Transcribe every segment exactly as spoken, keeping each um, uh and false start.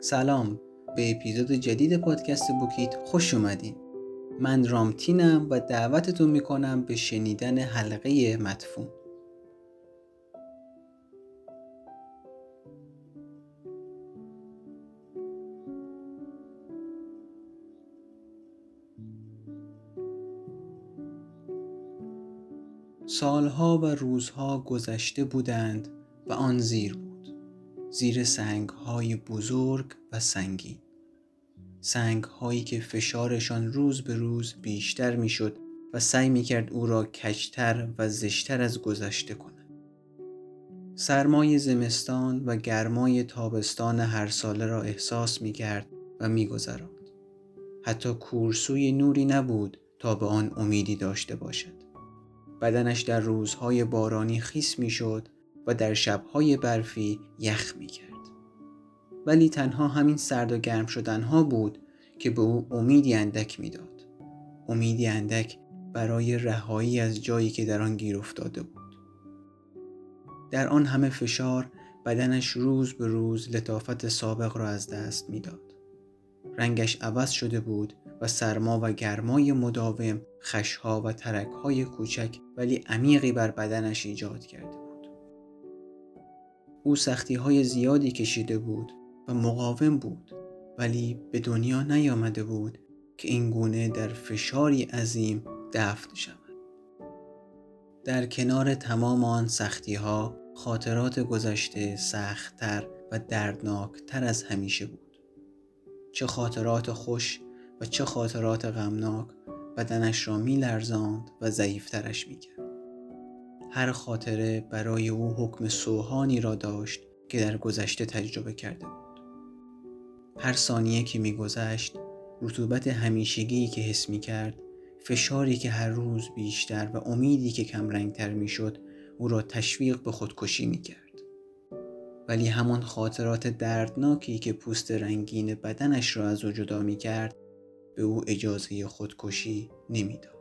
سلام، به اپیزود جدید پادکست بوکیت خوش اومدین. من رامتینم و دعوتتون میکنم به شنیدن حلقه مدفون. سالها و روزها گذشته بودند و آن زیر بود، زیر سنگهای بزرگ و سنگین، سنگهایی که فشارشان روز به روز بیشتر میشد و سعی میکرد او را کجتر و زشتر از گذشته کند. سرمای زمستان و گرمای تابستان هر ساله را احساس میکرد و میگذراند. حتی کورسوی نوری نبود تا به آن امیدی داشته باشد. بدنش در روزهای بارانی خیس میشد و در شبهای برفی یخ میکرد. ولی تنها همین سرد و گرم شدنها بود که به او امیدی اندک میداد. امیدی اندک برای رهایی از جایی که در آن گیر افتاده بود. در آن همه فشار بدنش روز به روز لطافت سابق را از دست میداد. رنگش عوض شده بود و سرما و گرمای مداوم خشها و ترکهای کوچک ولی عمیقی بر بدنش ایجاد کرده بود. او سختی‌های زیادی کشیده بود و مقاوم بود، ولی به دنیا نیامده بود که این گونه در فشاری عظیم دفن شود. در کنار تمام آن سختی‌ها، خاطرات گذشته سخت‌تر و دردناکتر از همیشه بود. چه خاطرات خوش و چه خاطرات غمناک بدنش را می لرزاند و ضعیفترش می کرد. هر خاطره برای او حکم سوهانی را داشت که در گذشته تجربه کرده بود. هر ثانیه که می گذشت، رطوبت همیشگی که حس می کرد، فشاری که هر روز بیشتر و امیدی که کم رنگتر می شد، او را تشویق به خودکشی می کرد. ولی همان خاطرات دردناکی که پوست رنگین بدنش را از او جدا می کرد، به او اجازه خودکشی نمی داد.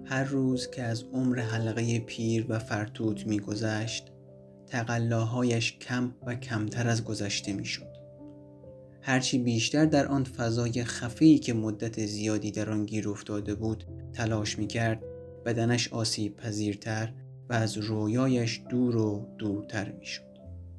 هر روز که از عمر حلقه پیر و فرتوت می‌گذشت، تقلاهایش کم و کمتر از گذشته می‌شد. هرچی بیشتر در آن فضای خفی‌ای که مدت زیادی در آن گیر افتاده بود تلاش می‌کرد، بدنش آسیب پذیرتر و از رویایش دور و دورتر می‌شد.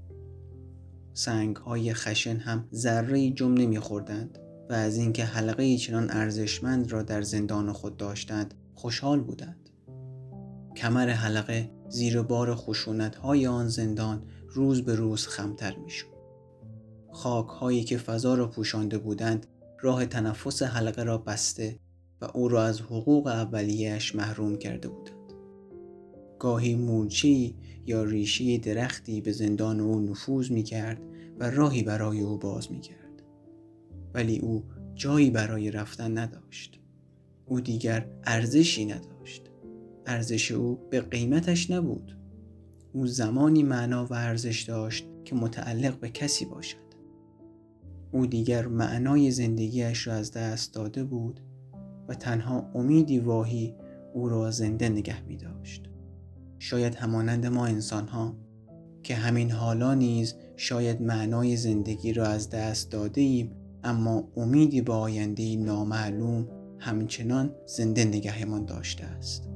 سنگ‌های خشن هم ذره‌ای جم نمی‌خوردند و از اینکه حلقه‌ای چنان ارزشمند را در زندان خود داشتند خوشحال بودند. کمر حلقه زیر بار خشونت‌های آن زندان روز به روز خمتر می‌شد. خاک‌هایی که فضا را پوشانده بودند راه تنفس حلقه را بسته و او را از حقوق اولیه‌اش محروم کرده بودند. گاهی مورچه‌ای یا ریشه درختی به زندان او نفوذ می‌کرد و راهی برای او باز می‌کرد. ولی او جایی برای رفتن نداشت. او دیگر ارزشی نداشت. ارزش او به قیمتش نبود. او زمانی معنا و ارزش داشت که متعلق به کسی باشد. او دیگر معنای زندگیش را از دست داده بود و تنها امیدی واهی او را زنده نگه می داشت. شاید همانند ما انسان‌ها که همین حالا نیز شاید معنای زندگی را از دست داده ایم، اما امیدی به آینده نامعلوم همچنان زنده نگهمان داشته است.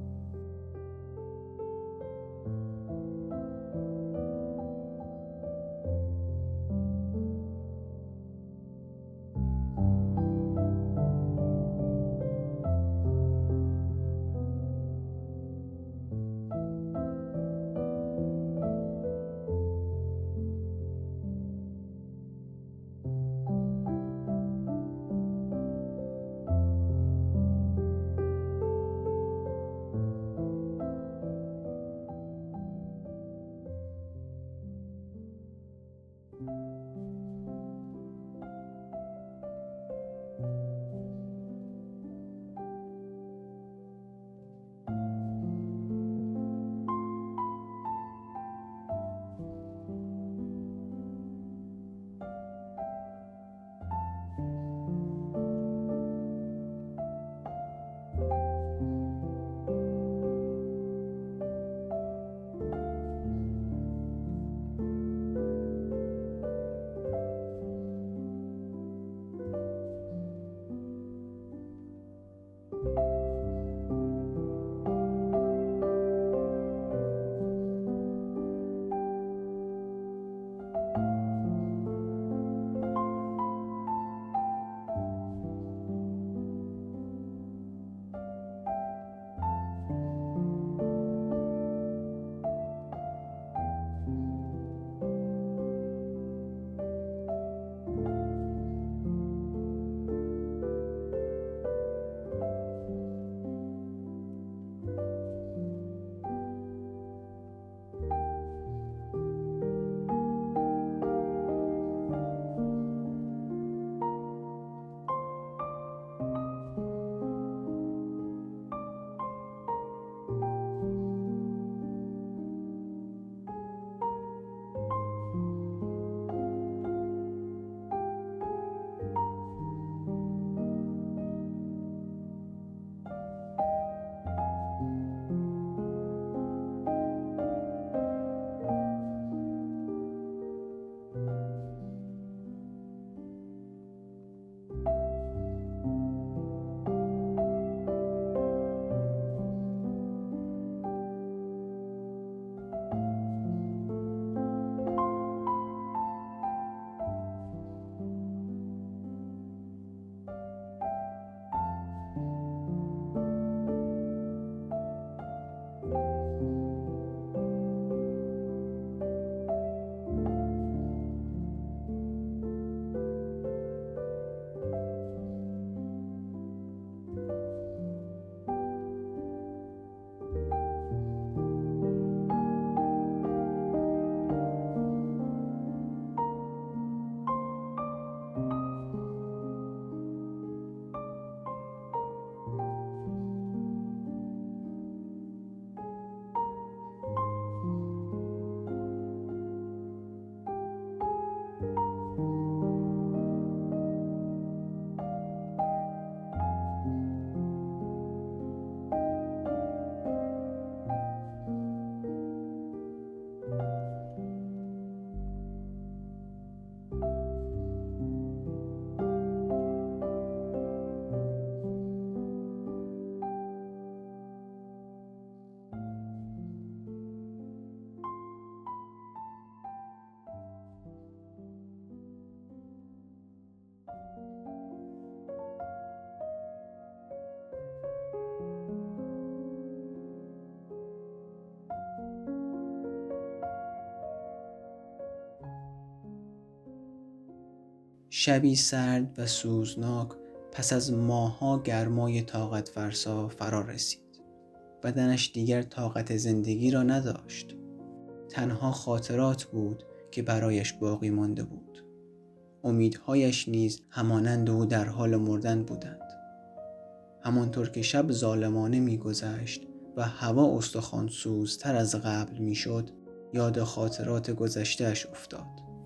شبی سرد و سوزناک پس از ماه‌ها گرمای طاقت فرسا فرا رسید. بدنش دیگر طاقت زندگی را نداشت. تنها خاطرات بود که برایش باقی مانده بود. امیدهایش نیز همانند او در حال مردن بودند. همانطور که شب ظالمانه می‌گذشت و هوا استخوان سوزتر از قبل می‌شد، یاد خاطرات گذشته‌اش افتاد.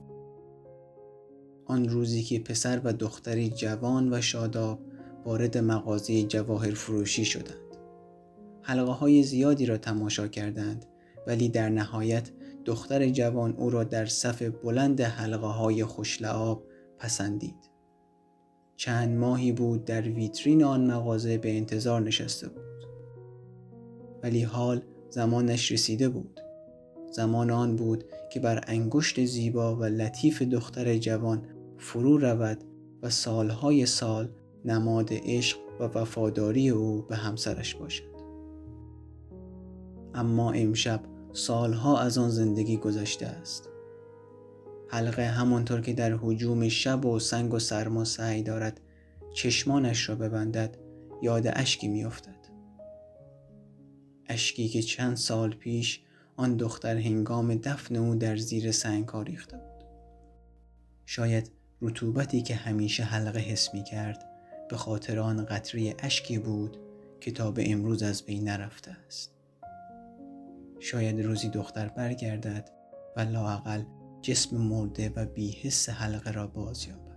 آن روزی که پسر و دختری جوان و شاداب وارد مغازه جواهر فروشی شدند. حلقه های زیادی را تماشا کردند، ولی در نهایت دختر جوان او را در صف بلند حلقه های خوش‌لعاب پسندید. چند ماهی بود در ویترین آن مغازه به انتظار نشسته بود. ولی حال زمانش رسیده بود. زمان آن بود که بر انگشت زیبا و لطیف دختر جوان فرو رود و سالهای سال نماد عشق و وفاداری او به همسرش باشد. اما امشب سالها از آن زندگی گذشته است. حلقه همانطور که در هجوم شب و سنگ و سرما سعی دارد چشمانش را ببندد، یاد اشکی می افتد. اشکی که چند سال پیش آن دختر هنگام دفن او در زیر سنگ ها ریخته بود. شاید رطوبتی که همیشه حلقه حس می کرد به خاطر آن قطره اشکی بود که تا به امروز از بین نرفته است. شاید روزی دختر برگردد و لااقل جسم مرده و بی‌حس حلقه را باز یابد.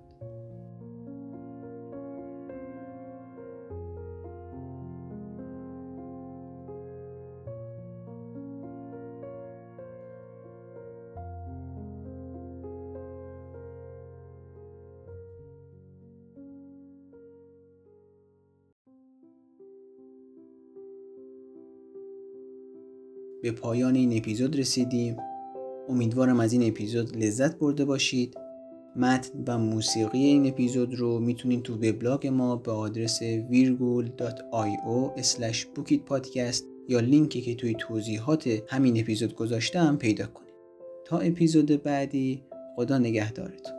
به پایان این اپیزود رسیدیم. امیدوارم از این اپیزود لذت برده باشید. متن و موسیقی این اپیزود رو میتونید تو وبلاگ ما به آدرس ویرگول دات آی او اسلش بوکیت پادکست یا لینکی که توی توضیحات همین اپیزود گذاشتم پیدا کنید. تا اپیزود بعدی، خدا نگهدارتون.